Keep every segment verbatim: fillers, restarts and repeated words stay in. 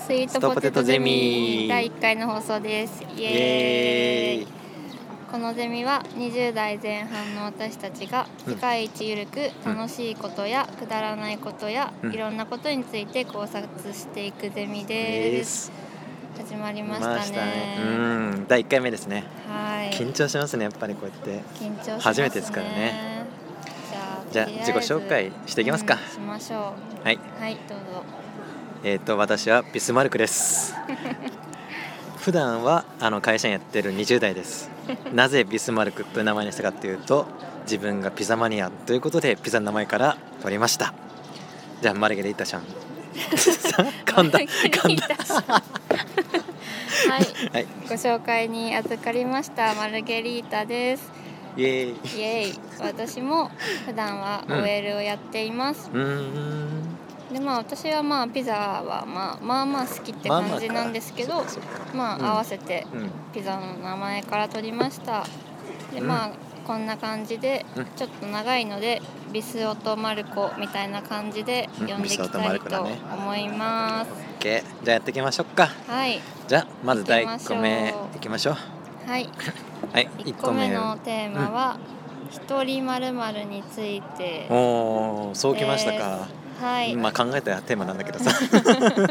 スイートポテトゼミだいいっかいの放送です。イエーイ。このゼミはにじゅう代前半の私たちが世界一ゆるく楽しいことやくだらないことやいろんなことについて考察していくゼミです。始まりました ね, ましたね。 うんだいいっかいめですね。 はい。 緊張しますね、やっぱりこうやって緊張しますね。 初めてですからね。じゃあ、じゃあ自己紹介していきますか、 うん、しましょう。 はい、 はい、どうぞ。 えーと私はビスマルクです普段はあの会社員やってるにじゅう代ですなぜビスマルクという名前にしたかというと、自分がピザマニアということでピザの名前から取りました。じゃあマルゲリータちゃん噛んだ噛んだはい、 はい、ご紹介に預かりましたマルゲリータです。 イエーイ。 イエーイ。私も普段は オーエル をやっています。 うん、うーんでまあ、私はまあピザはまあまあまあ好きって感じなんですけど、まあ合わせてピザの名前から取りました。でまあこんな感じでちょっと長いのでビスオトマルコみたいな感じで呼んでいきたいと思います。 OK、 じゃあやっていきましょうか。 はい。 じゃあまずだいいっこめいきましょう。 はいはい、 いっこめのテーマは、うん、一人〇〇について。 おー、そうきましたか。 はい、 まあ考えたテーマなんだけどさそうだねね、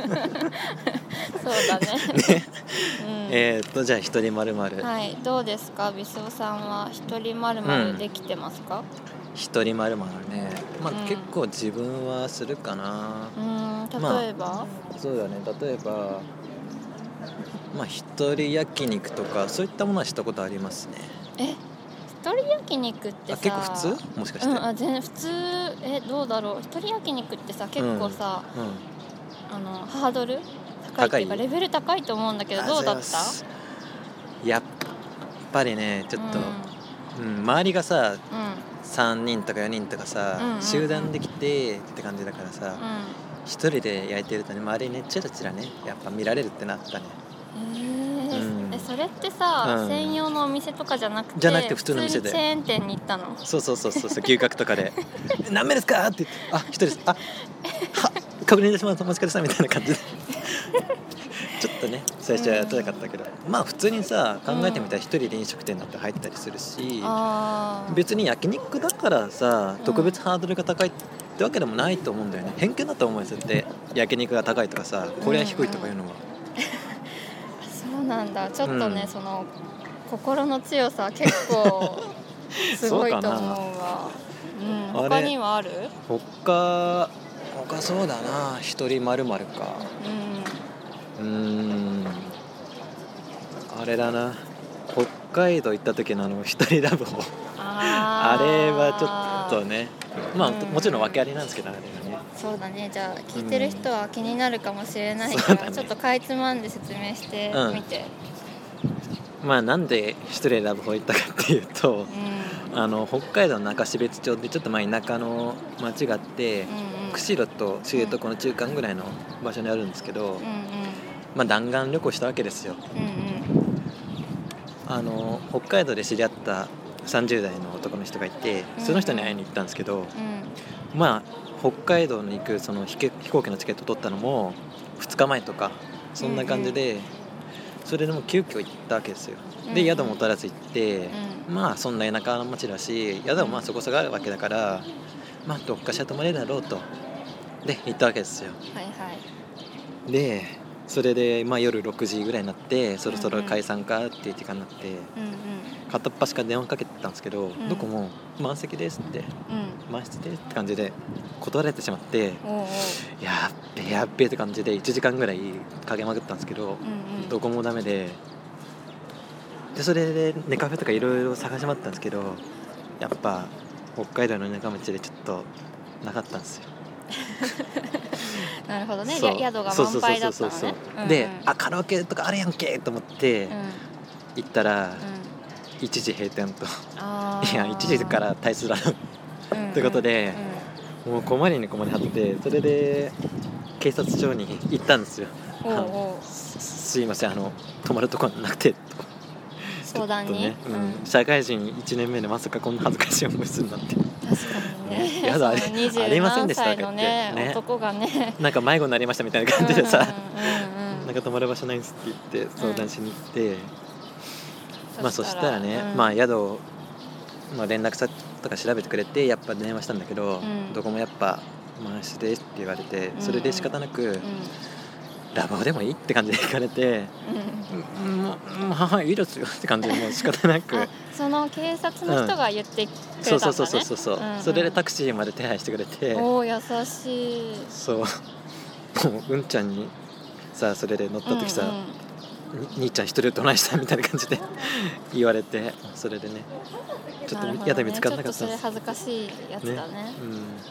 うん、えーっとじゃあ一人〇〇、 はい、どうですかビスオさんは一人〇〇できてますか？ 一人〇〇ね、まあ、うん、結構自分はするかな。 うん、例えば、まあ、そうだね、例えばまあ一人焼肉とかそういったものはしたことありますね。 え一人焼肉ってさ、 結構普通？もしかして、 うん、あ全然普通。えどうだろう。一人焼肉ってさ結構さ、うんうん、あのハードル高いっていうかレベル高いと思うんだけど、どうだった？ やっぱりねちょっと、うんうん、周りがさ、うん、さんにんとかよにんとかさ、うんうんうん、集団できてって感じだからさ、うん、一人で焼いてるとね周りねチラチラねやっぱ見られるってなったね。 それってさ、うん、専用のお店とかじゃなくて、 じゃなくて普通の店で普通にチェーン店に行ったの？ そうそうそうそう牛角とかで何名ですかって言って、あ一人です、あは確認いたしますお待ちくださいみたいな感じでちょっとね最初はやってなかったけど、うん、まあ普通にさ考えてみたら一人で飲食店なんて入ったりするし、うん、別に焼肉だからさ特別ハードルが高いってわけでもないと思うんだよね。偏見だと思うんですよって焼肉が高いとかさこれは低いとかいうのは、 そうなんだ。ちょっとね、うん、その心の強さ結構すごいと思うわ。うん、他にはある？ 他他そうだな、一人〇〇か。うん、うーんあれだな、北海道行った時のあの一人ラブホあ, あれはちょっとね、まあ、うん、もちろん訳ありなんですけどあれはね。そうだね。 じゃあ聞いてる人は気になるかもしれないから、うんね、ちょっとかいつまんで説明してみて、 うん、まあなんで一人ラブホ行ったかっていうと、うん、あの北海道の中標津町でちょっとまあ田舎の町があって、うんうん、釧路と知床の中間ぐらいの場所にあるんですけど、うんうん、まあ弾丸旅行したわけですよ、うんうん、あの北海道で知り合ったさんじゅう代の男の人がいて、その人に会いに行ったんですけど、うんうん、まあ北海道に行くその飛行機のチケット取ったのもふつかまえとかそんな感じで、うんうん、それでも急遽行ったわけですよ。で宿も取らず行って、うん、まあそんな田舎の町だし宿もまあそこそこあるわけだから、まあどっかしら泊まれるだろうとで行ったわけですよ。はいはい、でそれでまあ夜ろくじぐらいになってそろそろ解散かっていう時間になって、うんうん、片っ端から電話かけてたんですけど、うん、どこも満席ですって、うん、満室ですって感じで断られてしまって、おうおうやっべやっべって感じでいちじかんぐらいかけまくったんですけど、うんうん、どこもダメで、でそれでネカフェとかいろいろ探し回ったんですけど、やっぱ北海道の田舎町でちょっとなかったんですよなるほどね。宿が満杯だったのね。 で、うんうん、あカラオケとかあるやんけと思って、うん、行ったら、うん、いちじ閉店といやいちじから退出だろということで、うんうん、もう困りに困り果てて、それで警察署に行ったんですよ。おうおうすいませんあの泊まるとこなくてと相談に、 ね、うんうん、社会人いちねんめでまさかこんな恥ずかしい思いするなんて確かにねねやだあれそのにじゅありうませんでした何歳のねね男がねなんか迷子になりましたみたいな感じでさ、 うんうんうんなんか泊まる場所ないんですって言って相談しに行って、まあそそしたらね、 うんまあ宿を、まあ、連絡先とか調べてくれてやっぱ電話したんだけど、 うんどこもやっぱ満室ですって言われて、 うんそれで仕方なく、 うんラブホでもいいって感じで聞かれて、 うんうんもうもうはいいいですよって感じでもう仕方なくあその警察の人が言ってくそうそうれたんだね、 そうそうそう、 んんそれでタクシーまで手配してくれて、 おー優しいそうもううんちゃんにさそれで乗った時さ、 うんうんに兄ちゃん一人でどないしたみたいな感じで言われて、それでねちょっとなるほどね宿見つからなかったんですちょっとそれ恥ずかしいやつだねね、 はいはい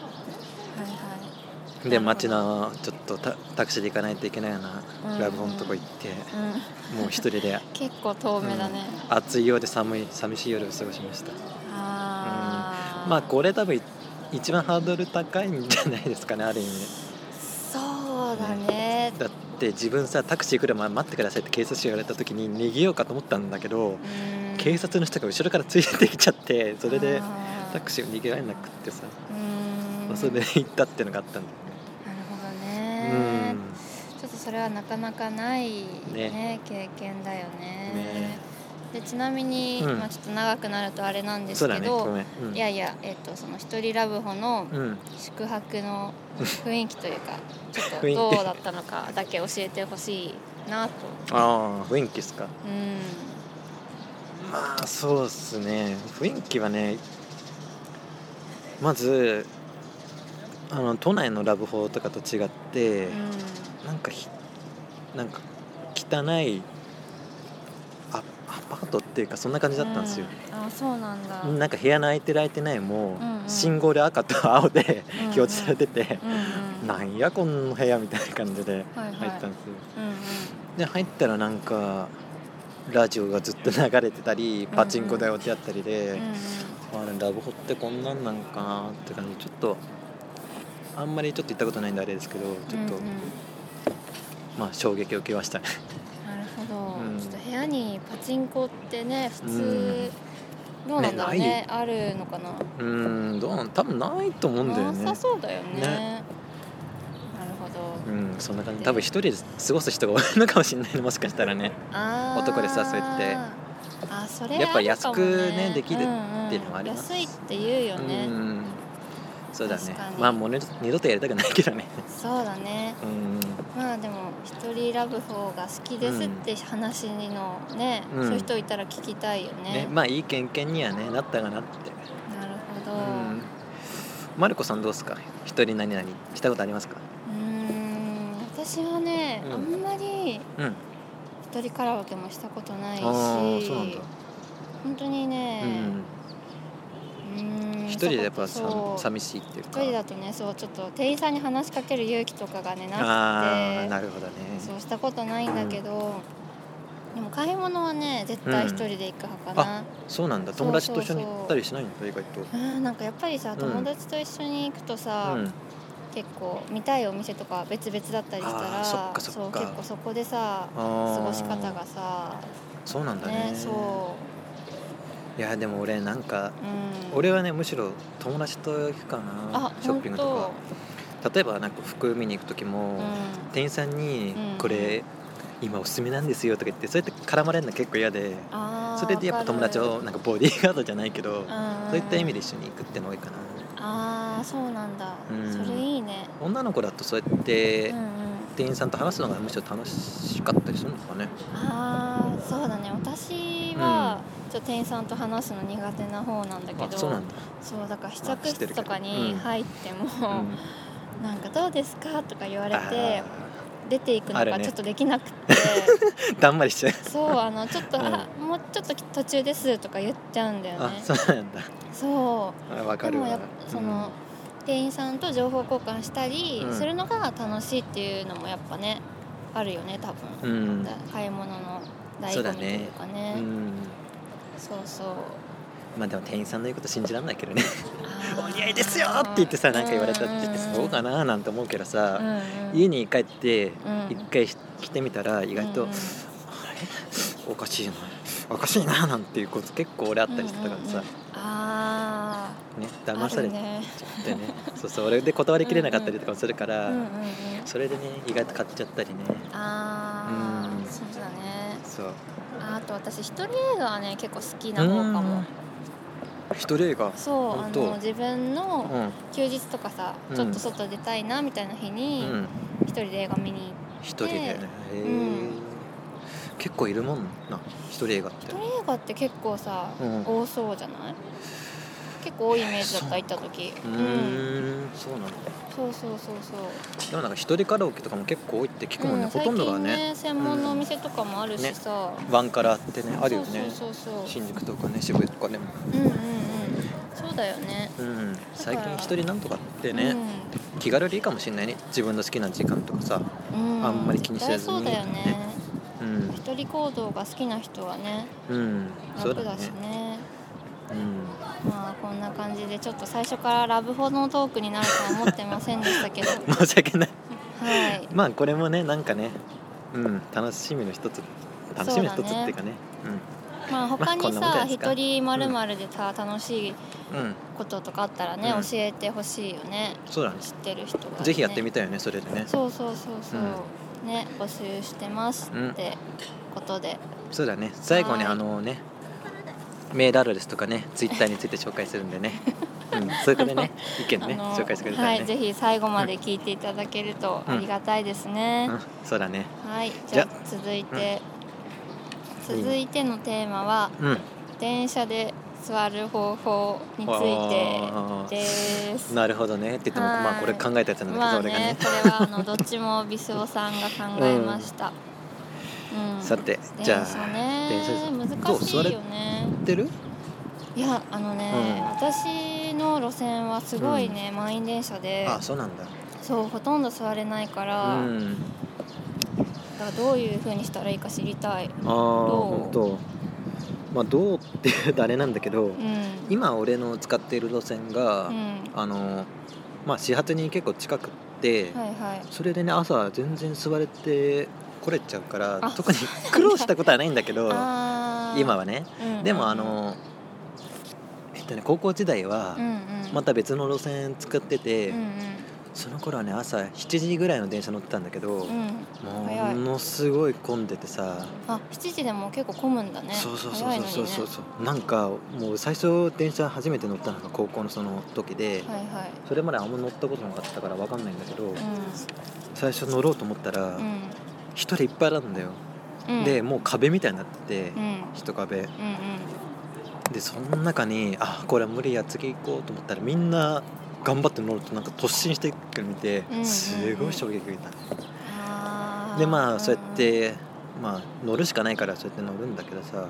うん、でなるほど街のちょっとタタクシーで行かないといけないよううんうんなラブホのとこ行って、 うんもう一人で、 結構遠目だね、 うん暑いようで寒い寂しい夜を過ごしました。 あーまあこれ多分一番ハードル高いんじゃないですかね、ある意味。 そうだねだって自分さタクシー来る前待ってくださいって警察署言われた時に逃げようかと思ったんだけど、 うん警察の人が後ろからついてきちゃって、それであータクシーを逃げられなくってさ、 うんまあそれで行ったっていうのがあったんだよなるほどね。 ね、ちょっとそれはなかなかない、ねね経験だよね。 ねでちなみに、 うんまあ、ちょっと長くなるとあれなんでうん、そうだね、 すけど、 ごめん、うん、 いやいや、えっとその一人ラブホのうん、 宿泊の雰囲気というかちょっ雰囲気とどうだったのかだけ教えてほしいなと。 ああ雰囲気ですか。 うんまあそうっすね、雰囲気はね、まずあの都内のラブホとかと違って、 うんなんかひなんか汚いアアパートっていうかそんな感じだったんですよ、 うんあそうなんだ。 なんか部屋の空いてる空いてないも、 うんうん信号で赤と青でうんうん表示されてて、 うんうんなんやこの部屋みたいな感じではいはい入ったんですよ、 うんうんで入ったらなんかラジオがずっと流れてたりパチンコ台置いてあったりで、 うんうんあれラブホってこんなんなんかなって感じ、ちょっとあんまりちょっと行ったことないんであれですけど、ちょっと、 うんうんまあ衝撃を受けましたね。 なるほど、 うんちょっと部屋にパチンコってね普通、どうなんだろうねねあるのかな。 うーんどうなん多分ないと思うんだよね。 なさそうだよね。 ねなるほど。 うんそんな感じ、多分一人で過ごす人が多いのかもしれないね、もしかしたらね。 あー男でさそうやってあそれやっぱ安くねあるかもできるっていうのもありますうんうん安いって言うよね、 うんそうだね確かにまあもう二度二度とやりたくないけどね。 そうだね。 うんまあでも一人ラブホが好きですって話のね、 うんそういう人いたら聞きたいよね。 ねまあいい経験にはねなったかなって。 なるほど。 ううんマルコさんどうですか、一人何々したことありますか。 ーん私はね、 うんあんまりうん一人カラオケもしたことないし、 ああそうなんだ。 本当にね、うーん一人でやっぱさそう寂しいっていうか。 一人だとねそうちょっと店員さんに話しかける勇気とかがねなああくてなるほどね。 そうしたことないんだけど、でも買い物はね絶対一人で行く派かな。 そうなんだ、 そう友達と一緒に行ったりしないんだ意外と。 うんなんかやっぱりさん友達と一緒に行くとさ、 うん結構見たいお店とか別々だったりしたらあーそっかそっかそう結構そこでさあー過ごし方がさそうなんだねねそいやでも俺なんか、 う、うん、 俺はねむしろ友達と行くかな、 あショッピングとか。例えばなんか服見に行く時も、 本店員さんにうんこれ今おすすめなんですよとか言ってそうやって絡まれるの結構嫌で、 当あーそれでやっぱ友達をなんかボディーガードじゃないけど、 うんそういった意味で一緒に行くっての多いかな。 ああそうなんだ、 うんそれいいね。 女の子だとそうやってうんうん店員さんと話すのがむしろ楽しかったりするのかね。 ああそうだね私は、ちょっと店員さんと話すの苦手な方なんだけどあそうなんだ。 そうだから試あ着知ってるけど室とかに入っても、 うんなんかどうですかとか言われあて出ていくのあるねがちょっとできなくて、 ーだんまりしちゃう。 そうあのちょっと、 うんあもうちょっと途中ですとか言っちゃうんだよあね。 そうなんだ。 そあわうかるわ。 でもやっぱその、店員さんと情報交換したりうんするのが楽しいっていうのもやっぱねあるよね多分、 うんだ買い物の醍そうだ醐味というねかねうん、うんそうそうまあでも店員さんの言うこと信じらんないけどねあーお似合いですよって言ってさなんか言われたって言ってうんそうかななんて思うけどさ、 うんうん家に帰ってうん一回来てみたら意外と、 うんうんあれおかしいなおかしいななんていうこと結構俺あったりしてたからさ、 うんうんうんあ騙されちゃってねそうそう俺で断りきれなかったりとかもするから、うんうんうんうん、それでね意外と買っちゃったりね。 ああ、うん、そうだね。 そう。 あと私一人映画はね結構好きな方かも。 一人映画。 そうあの自分の休日とかさ、うん、ちょっと外出たいなみたいな日に一人で映画見に行って。 一人でね。へー、うん、結構いるもんな一人映画って。 一人映画って結構さ、うん、多そうじゃない？結構多いイメージだった行った時。 うーん、うん、そうなんだ。 そうそうそうそう。 でもなんか一人カラオケとかも結構多いって聞くもんね、うん、ほとんどがね。 最近ね専門のお店とかもあるしさ、 うんね、ワンカラってねあるよね。 そうそうそうそう。 新宿とかね渋谷とかでも。 うんうんうん。そうだよね。 うん。最近一人なんとかってね、うん、気軽でいいかもしれないね。自分の好きな時間とかさ、うん、あんまり気にせずに、ね。 そうだよね。うん。一人行動が好きな人はね。うん。楽だしね。うん、まあこんな感じでちょっと最初からラブホのトークになるとは思ってませんでしたけど申し訳ない、 はい、 まあこれもねなんかね、うん、楽しみの一つ楽しみの一つっていうかね、 うん、まあ他にさ一、まあ、人まるまるでさ、うん、楽しいこととかあったらね、うん、教えてほしいよね。 そうだね、 知ってる人が、ね、 ぜひやってみたいよねそれでね。 そうそうそうそう、うん、ね募集してますってことで、 うん、そうだね最後にあのねメールアドレスとかねツイッターについて紹介するんでね、うん、それからね意見ね紹介してくれたらね、 はい、ぜひ最後まで聞いていただけるとありがたいですね、 うんうん、そうだね。 はいじゃあ続いて、うん、続いてのテーマは、うん、電車で座る方法についてです。 なるほどねって言ってもまあこれ考えたやつなんだけど、 まあね、 俺がねこれはあのどっちもビスオさんが考えました、 うん、さてじゃあ電車ね難しいよね。 てる？ いやあのね、うん、私の路線はすごいね、うん、満員電車で、 あそうなんだ。 そうほとんど座れないから、うん、だからどういう風にしたらいいか知りたい。 ああ本当。まあどうって言うとあれなんだけど、うん、今俺の使っている路線が、うん、あのまあ始発に結構近くって、はいはい、それでね朝全然座れて来れちゃうから特に苦労したことはないんだけど今はね、うんうんうん、でもあのえっとね高校時代はまた別の路線使ってて、うんうん、その頃はね朝しちじぐらいの電車乗ってたんだけど、うん、ものすごい混んでてさ。 あしちじでも結構混むんだね。 そうそうそうそうそうそう、ね、なんかもう最初電車初めて乗ったのが高校のその時で、はいはい、それまであんま乗ったことなかったから分かんないんだけど、うん、最初乗ろうと思ったら、うん、人でいっぱいなんだよ、うん、でもう壁みたいになってて、うん、人壁、うんうん、でその中にあこれは無理や次行こうと思ったらみんな頑張って乗るとなんか突進してくるの見てすごい衝撃がいた、うんうん、でまあそうやってまあ乗るしかないからそうやって乗るんだけどさ、うんうん、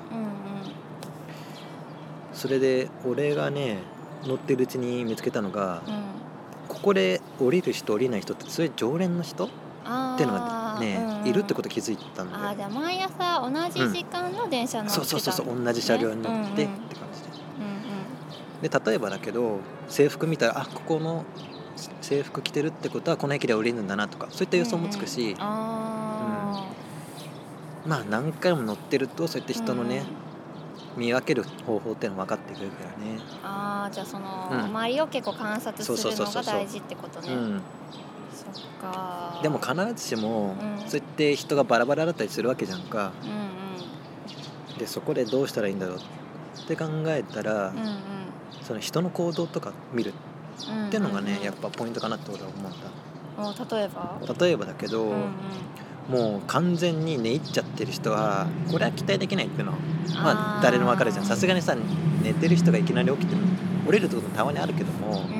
それで俺がね乗ってるうちに見つけたのが、うん、ここで降りる人降りない人ってそういう常連の人っていうのがね、うんうん、いるってこと気づいたんで。 あじゃあ毎朝同じ時間の電車乗ってた、 うん、そうそうそうそう同じ車両に乗ってって感じで、うんうんで例えばだけど制服見たらあここの制服着てるってことはこの駅で降りるんだなとかそういった予想もつくし、うんうん、あまあ何回も乗ってるとそうやって人のね、うん、見分ける方法っていうの分かってくるからね。 あじゃあその、うん、周りを結構観察するのが大事ってことね。そっか。 でも必ずしも、うん、そうやって人がバラバラだったりするわけじゃんか、うんうん、でそこでどうしたらいいんだろうって考えたら、うんうんその人の行動とか見るっていうのがね、うんうんうん、やっぱポイントかなって俺は思うんだ。例えば例えばだけど、うんうん、もう完全に寝入っちゃってる人はこれは期待できないっていうのはまあ誰でも分かるじゃん。さすがにさ寝てる人がいきなり起きても降りるってこともたまにあるけども、うんうんうん、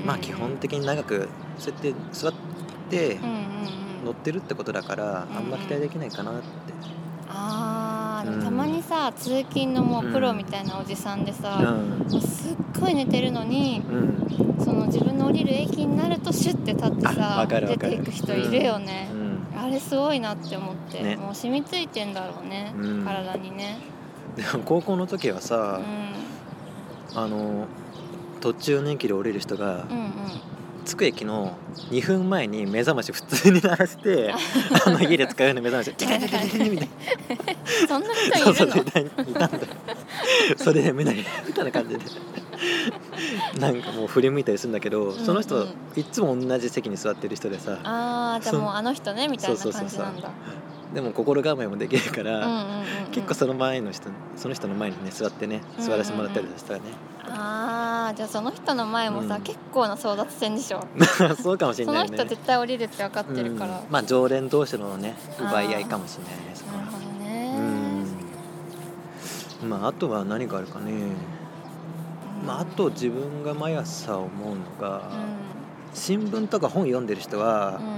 まあ基本的に長くそうやって座って乗ってるってことだからあんま期待できないかなって、 あうん、たまにさ通勤のもうプロみたいなおじさんでさ、うん、もうすっごい寝てるのに、うん、その自分の降りる駅になるとシュッて立ってさ出ていく人いるよね、うん、あれすごいなって思って、ね、もう染みついてんだろうね、うん、体にね。 でも高校の時はさ、うん、あの途中の駅で降りる人が、うんうん着く駅のにふんまえに目覚まし普通に鳴らしてあの家で使うような目覚ましチキチキチキチキみたいなそんな人いるの？ そうそういたんだそれでみんなにみたいな感じでなんかもう振り向いたりするんだけど、 うんうん、 その人いつも同じ席に座ってる人でさ、 あーじゃあもうあの人ねみたいな感じなんだ。 そうそうそうそうでも心構えもできるから、 うんうんうんうん、 結構その前の人その人の前にね座ってね座らせてもらったりしたらね、 うんうんうん、ああじゃあその人の前もさ、うん、結構な争奪戦でしょそうかもしれないね。 その人絶対降りるって分かってるから、うん、 まあ常連同士のね奪い合いかもしれないね。そこはなるほどね、 うん、まああとは何があるかね、うん、まああと自分が毎朝思うのが、うん、新聞とか本読んでる人は、うん、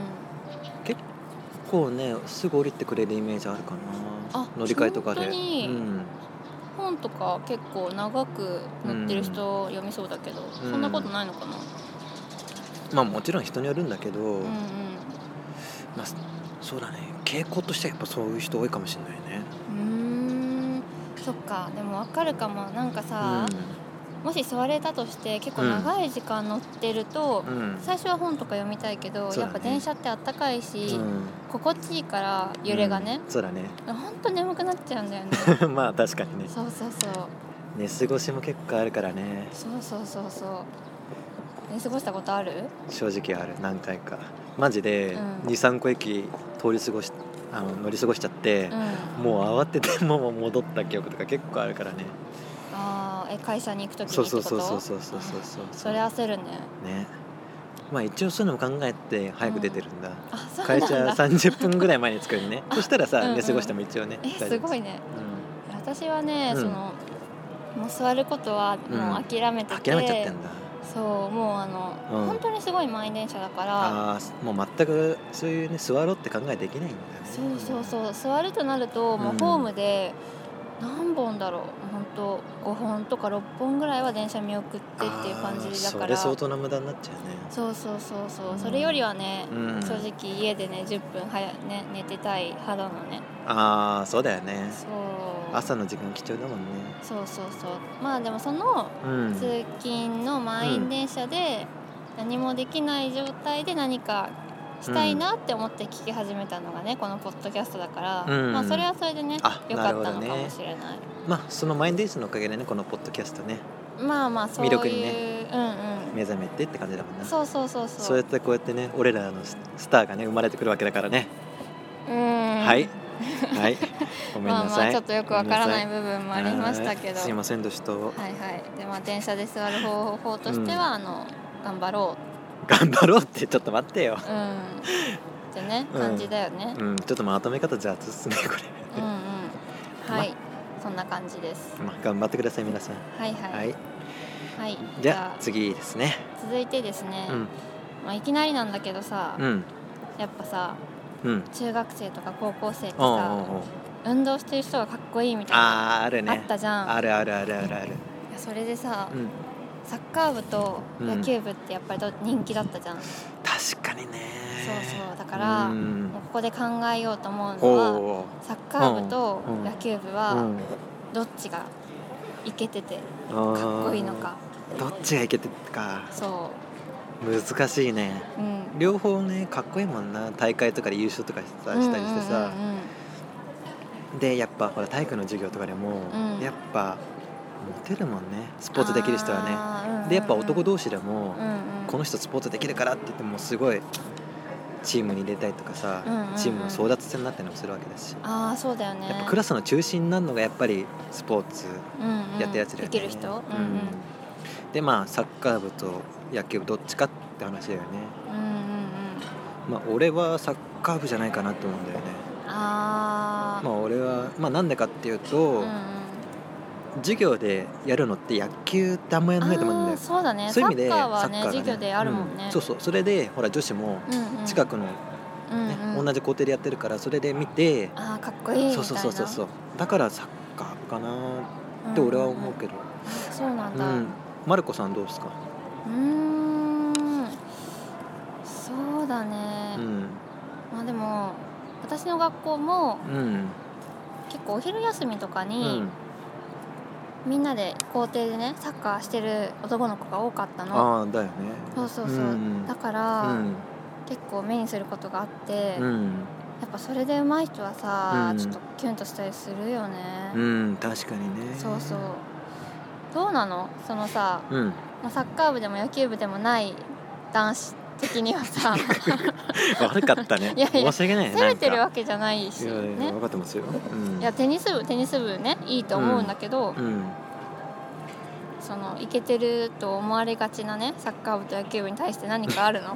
結構ねすぐ降りてくれるイメージあるかな。あ乗り換えとかで本当に、うん、本とか結構長く載ってる人読みそうだけど、うん、そんなことないのかな。 まあもちろん人によるんだけど、うんうん、まあ、そうだね傾向としてはやっぱそういう人多いかもしれないね。 うーんそっかでも分かるかも。なんかさ、うん、もし座れたとして結構長い時間乗ってると、うん、最初は本とか読みたいけど、ね、やっぱ電車ってあったかいし、うん、心地いいから揺れがね、 うん、そうだねほんと眠くなっちゃうんだよねまあ確かにね。そうそうそう寝過ごしも結構あるからね。 そうそうそうそう寝過ごしたことある？ 正直ある何回かマジで に,さん 個駅通り過ごしあの乗り過ごしちゃって、うん、もう慌ててもう戻った記憶とか結構あるからね。 あえ会社に行くときにってこと？ そうそうそうそうそうそうそうそれ焦るね。 ねまあ一応そういうのも考えて早く出てるんだ、うん、 あそうなんだ。 会社さんじゅっぷんぐらい前に着くよねそしたらさ、うんうん、寝過ごしても一応ね。 えすごいね、うん、私はね、うん、そのもう座ることはもう諦めてて、 うん、諦めちゃってんだ。 そうもうあの、うん、本当にすごい満員電車だからあもう全くそういうね座ろうって考えできないんだね。 そうそうそう座るとなるともうホームで何本だろう本当ごほんとかろっぽんぐらいは電車見送ってっていう感じだから、 それ相当な無駄になっちゃうね。 そうそうそうそう、うん、それよりはね、うん、正直家でねじゅっぷん早、ね、寝てたい肌のね。 ああそうだよね。 そう朝の時間貴重だもんね。 そうそうそうまあでもその通勤の満員電車で何もできない状態で何かしたいなって思って聞き始めたのがね、うん、このポッドキャストだから、うん、まあそれはそれでね良かったのかもしれない。 まあその満員電車のおかげでねこのポッドキャストねまあまあそういう魅力にね、 うんうん、 目覚めてって感じだもんね。 そうそうそうそうそうやってこうやってね俺らのスターがね生まれてくるわけだからね。 うんはいはいごめんなさい。まあまあちょっとよくわからない部分もありましたけどすいませんでした。はいはいでまあ電車で座る方法としては、うん、あの頑張ろう頑張ろうってちょっと待ってよ、 うんってね感じだよね、 うん、うん、ちょっとまとめ方雑っすねこれうんうんはい、ま、そんな感じです、 まあ、頑張ってください皆さん。 はいはい、はいはい、じゃあ次ですね。 続いてですね、うんまあ、いきなりなんだけどさ、うん、やっぱさ、うん、中学生とか高校生ってさ、おうおうおう運動してる人がかっこいいみたいなあ, あ, る、ね、 あったじゃん。 あるあるあるあるある。いやそれでさ、うん、サッカー部と野球部ってやっぱり人気だったじゃん、うん、 確かにね。 そうそうだから、うん、もうここで考えようと思うのはサッカー部と野球部はどっちがイケててかっこいいのか。 どっちがイケてるかそう難しいね、うん、両方ねかっこいいもんな。大会とかで優勝とかしたりしてさ、うんうんうんうん、でやっぱほら体育の授業とかでも、うん、やっぱモテるもんねスポーツできる人はね、うんうんうん、でやっぱ男同士でも、うんうん、この人スポーツできるからって言ってもすごいチームに入れたりとかさ、うんうんうん、チームの争奪戦になったりもするわけだし。 あそうだよね。 やっぱクラスの中心になるのがやっぱりスポーツやったやつだよね、うんうん、 できる人、うんうん、 でまあサッカー部と野球部どっちかって話だよね、うんうんうん、まあ俺はサッカー部じゃないかなと思うんだよね。あまあ俺はまあなんでかっていうと、うんうん、授業でやるのって野球ってあんまやらないと思うんだよ。 そうだね。 そういう意味でサッカーはね、授業であるもんね、 うん、そうそうそれでほら女子も近くの、ねうんうん、同じ校庭でやってるからそれで見てあかっこいいみたいな。 そうそうそうそうだからサッカー部かなって俺は思うけど、 うんうん、そうなんだ、うん、 マルコさんどうですか？ うーんそうだね、うん、まあでも私の学校も、うん、結構お昼休みとかに、うんみんなで校庭でねサッカーしてる男の子が多かったの。 あだよね。 そうそうそう、うん、だから、うん、結構目にすることがあって、うん、やっぱそれで上手い人はさ、うん、ちょっとキュンとしたりするよね。 うん確かにね。 そうそうどうなのそのさ、 うん、 まあ、サッカー部でも野球部でもない男子的にはさ悪かったね。 いやいや申し訳ないね。 責めてるわけじゃないし、 いやいやね、 分かってますよ、うん、 いやテニス部テニス部ねいいと思うんだけど、 うんうん、 そのイケてると思われがちなねサッカー部と野球部に対して何かあるの？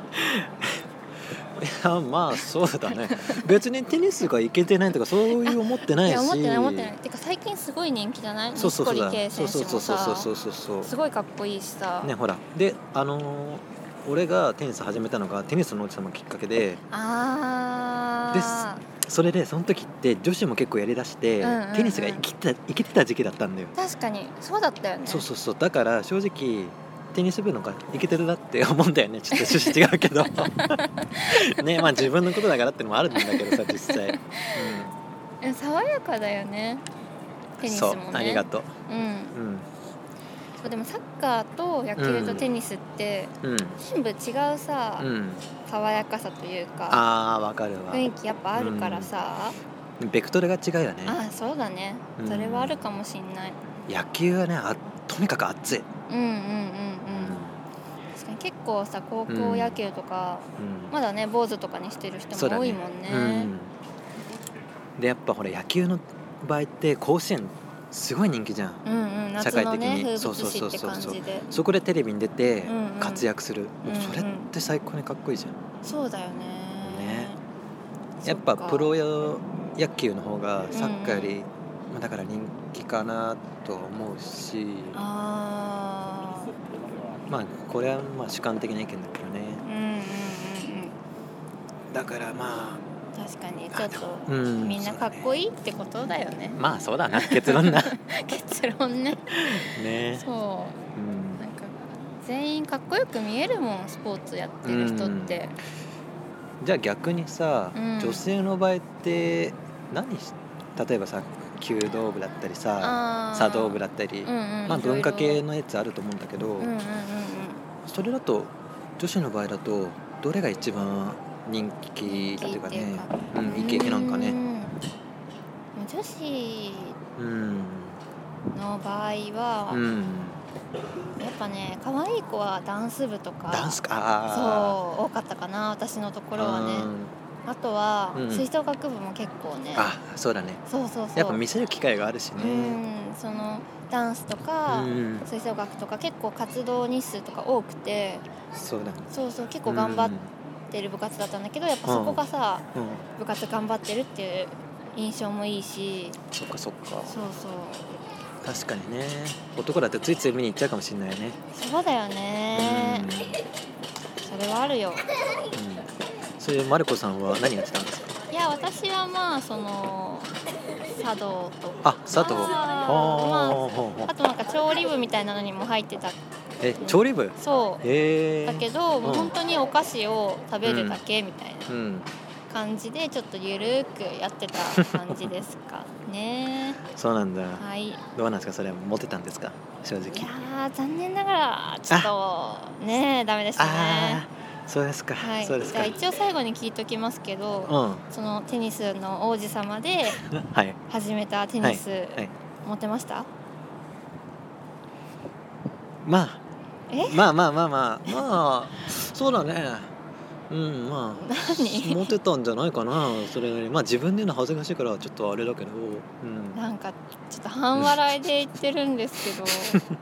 いやまあそうだね別にテニスがいけてないとかそういう思ってないし、いや思ってない思ってないてか最近すごい人気じゃない？ そうそうそう錦織圭選手もさすごいかっこいいしさね。ほらであのー、俺がテニス始めたのがテニスのおじさんのきっかけで、 あでそれでその時って女子も結構やりだして、うんうんうん、テニスがいけてた、いけてた時期だったんだよ。 確かにそうだったよね。 そうそうそうだから正直テニス部のがいけてるなって思うんだよね。ちょっと趣旨違うけどね、まあ自分のことだからってのもあるんだけどさ実際、 うん、爽やかだよねテニスもね。 そうありがとう、 うんうん、そうでもサッカーと野球とテニスって、うん、全部違うさ、うん、爽やかさというかあーわかるわ雰囲気やっぱあるからさ、 うん、ベクトルが違うよね。 あそうだね、うん、それはあるかもしんない。 野球はねあとにかく熱い。 うんうんうんうん、確かに結構さ高校野球とか、うん、まだね坊主とかにしてる人も多いもんね。ね、 うん、でやっぱほら野球の場合って甲子園すごい人気じゃん、うんうん、社会的に、ね、そうそうそうそうそうそこでテレビに出て活躍する、うんうん、それって最高にかっこいいじゃん。 そうだよね。 ねやっぱプロ野球の方がサッカーより、うんうんまあ、だから人気かなと思うし、あまあこれはまあ主観的な意見だけどね、うんうんうんうん、だからまあ確かにちょっと、うん、みんなかっこいいってことだよね。 まあそうだな結論な結論ねねそう、うん、なんか全員かっこよく見えるもんスポーツやってる人って、 うん、じゃあ逆にさ、うん、女性の場合って何し例えばさ弓道部だったりさ茶道部だったり、うんうんまあ、文化系のやつあると思うんだけど、うんうんうんうん、それだと女子の場合だとどれが一番人気だというかね、うん、イケイケなんかね。 女子の場合は、うん、やっぱね可愛い子はダンス部とかダンスかあそう多かったかな私のところはね。あとは、うん、吹奏楽部も結構ねあそうだねそうそうそうやっぱ見せる機会があるしね、 うん、そのダンスとか、うん、吹奏楽とか結構活動日数とか多くてそうだねそうそう結構頑張ってる部活だったんだけどやっぱそこがさ、うん、部活頑張ってるっていう印象もいいしそっかそっかそうそう確かにね男だってついつい見に行っちゃうかもしれないよね。 そうだよね、うん、それはあるよ、うんそういうマルコさんは何やってたんですか？ いや私はまあその茶道とかあ茶道あ、まあ、あとなんか調理部みたいなのにも入ってた。 え調理部？ そうへだけど、うん、もう本当にお菓子を食べるだけみたいな感じでちょっとゆるくやってた感じですかねそうなんだ、 はい、 どうなんですかそれはモテたんですか正直。いや残念ながらちょっとねダメでしたね。 そうですか、はい、そうですか。 じゃあ一応最後に聞いときますけど、うん、そのテニスの王子様で始めたテニス、はいはいはい、持ってました？ まあまあまあまあまあまあそうだねうんまあ持ってたんじゃないかなそれなりまあ自分で言うの恥ずかしいからちょっとあれだけど、うん、 なんかちょっと半笑いで言ってるんですけど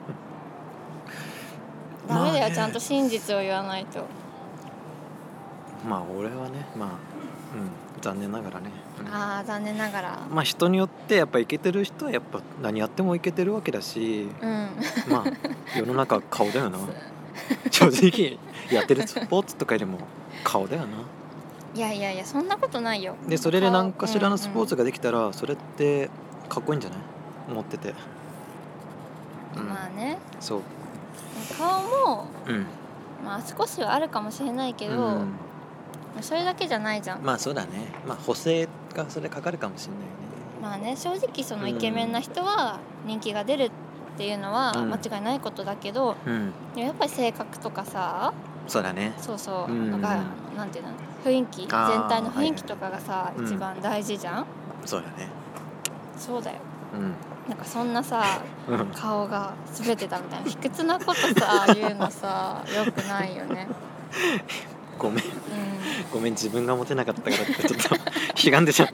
ダメだよ、まあね、ちゃんと真実を言わないと。 まあ俺はねまあ、うん、残念ながらね、 うん、ああ残念ながらまあ人によってやっぱイケてる人はやっぱ何やってもイケてるわけだし、うん、まあ世の中顔だよな正直やってるスポーツとかよりも顔だよな。 いやいやいやそんなことないよ。 でそれで何かしらのスポーツができたら、うんうん、それってかっこいいんじゃない思ってて、 うん、まあねそう顔も、うん、まあ少しはあるかもしれないけど、うんそれだけじゃないじゃん。 まあそうだね。まあ補正がそれかかるかもしれないね。 まあね正直そのイケメンな人は人気が出るっていうのは間違いないことだけど、うん、やっぱり性格とかさそうだねそうそう、うん、なんかなんていうの雰囲気全体の雰囲気とかがさ、はいはい、一番大事じゃん、うん、 そうだねそうだよなんかそんなさ、 うん、 顔が全てだみたいな卑屈なことさ言うのさよくないよね。 ごめん、 うん、 ごめん、自分がモテなかったからってちょっとひがんでちゃった。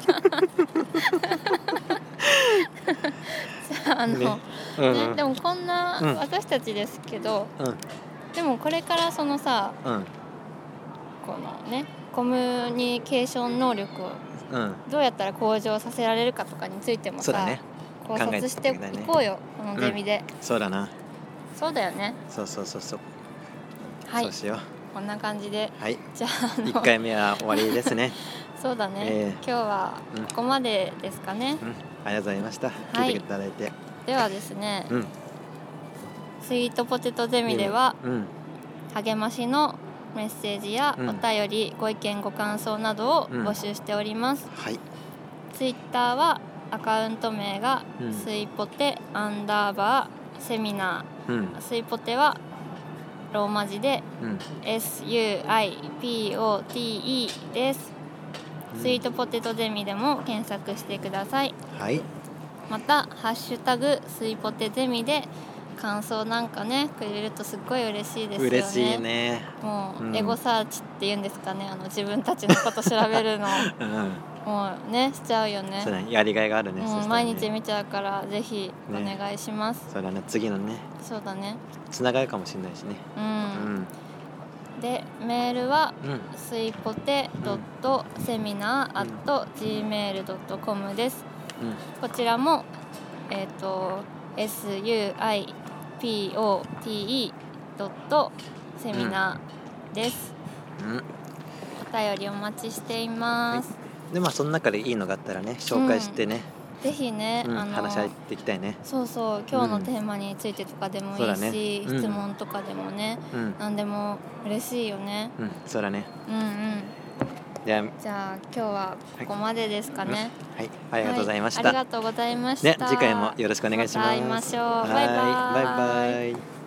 あの、ねうんうん、 ね、でもこんなうん私たちですけど、 うんでもこれからそのさ、 うんこのねコミュニケーション能力をうんどうやったら向上させられるかとかについてもさ、 そうだね、 考察していこうよ、このゼミで、 そうだな、 そうだよね。 そうそうそうそう、 はい、 そうしよう。 こんな感じで、 はい、 じゃああのいっかいめは終わりですね。 そうだね、 えー今日はここまでですかね。 うん、ありがとうございました。聞いていただいて、 ではですね、 うん、 スイートポテトゼミでは、 うん、 励ましのメッセージやうんお便り、ご意見ご感想などを募集しております。 はい、 ツイッターはアカウント名がうんスイポテアンダーバーセミナうん、 ー、スイポテはローマ字でうん、 エスユーアイピーオーティーイー です。スイートポテトゼミでも検索してください。 はい、 またハッシュタグスイポテゼミで感想なんかねくれるとすっごい嬉しいですよね。 嬉しいね。 もう、 うん、 エゴサーチっていうんですかね、あの自分たちのこと調べるのうん、 もうねしちゃうよね。 そうだね、やりがいがあるね。 もうそしたら毎ね、 日見ちゃうからぜひお願いします。 そうだね、次のね、 そうだね。 つながるかもしれないしね。 う。 うんん、 でメールはうん、 スイポテドットセミナーアットジーメールドットコムです。 うん、 こちらもえっ、ー、と エスユーアイピーオーティーイー ドットセミナーです。 うん、 お便りお待ちしています。 でまあその中でいいのがあったらね紹介してね、 ぜひね、 うん、 あの話し合っていきたいね。 そうそう、今日のテーマについてとかでもいいし、 そうだねうん質問とかでもね、 うん、 何でも嬉しいよね。 うん、そうだね。 うんうん。 じゃあ、 じゃあ今日はここまでですかね。 はい、ありがとうございました。 はい、ありがとうございました。 ね、次回もよろしくお願いします。 また会いましょう。 はい、 バイバイ。 バイバイ。